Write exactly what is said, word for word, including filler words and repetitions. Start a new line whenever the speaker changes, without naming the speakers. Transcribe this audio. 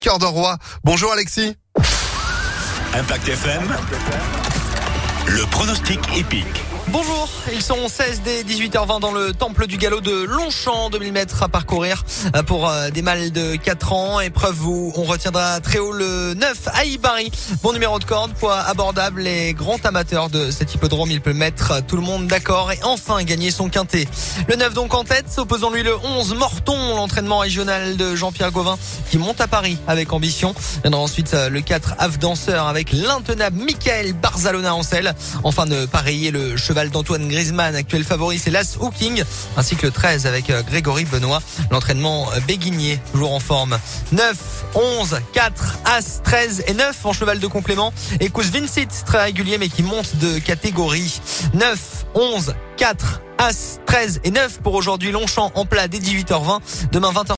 Cœur de Roi. Bonjour Alexis.
Impact F M, le pronostic épique.
Bonjour, ils sont seize dès dix-huit heures vingt dans le temple du galop de Longchamp, deux mille mètres à parcourir pour des mâles de quatre ans. Épreuve où on retiendra très haut le neuf Aïbari. Bon numéro de corde, poids abordable et grand amateur de cet hippodrome. Il peut mettre tout le monde d'accord et enfin gagner son quintet. Le neuf donc en tête, opposant-lui le onze Morton, l'entraînement régional de Jean-Pierre Gauvin qui monte à Paris avec ambition. Viendra ensuite le quatre Ave Danseur avec l'intenable Michael Barzalona en selle. Enfin de pareiller le cheval d'Antoine Griezmann, actuel favori, c'est l'As Hooking, ainsi que le treize avec Grégory Benoît. L'entraînement béguinier, toujours en forme. neuf, onze, quatre, As, treize et neuf en cheval de complément. Et Cous Vincit, très régulier mais qui monte de catégorie. neuf, onze, quatre, As, treize et neuf pour aujourd'hui. Longchamp en plat dès dix-huit heures vingt. Demain vingt heures.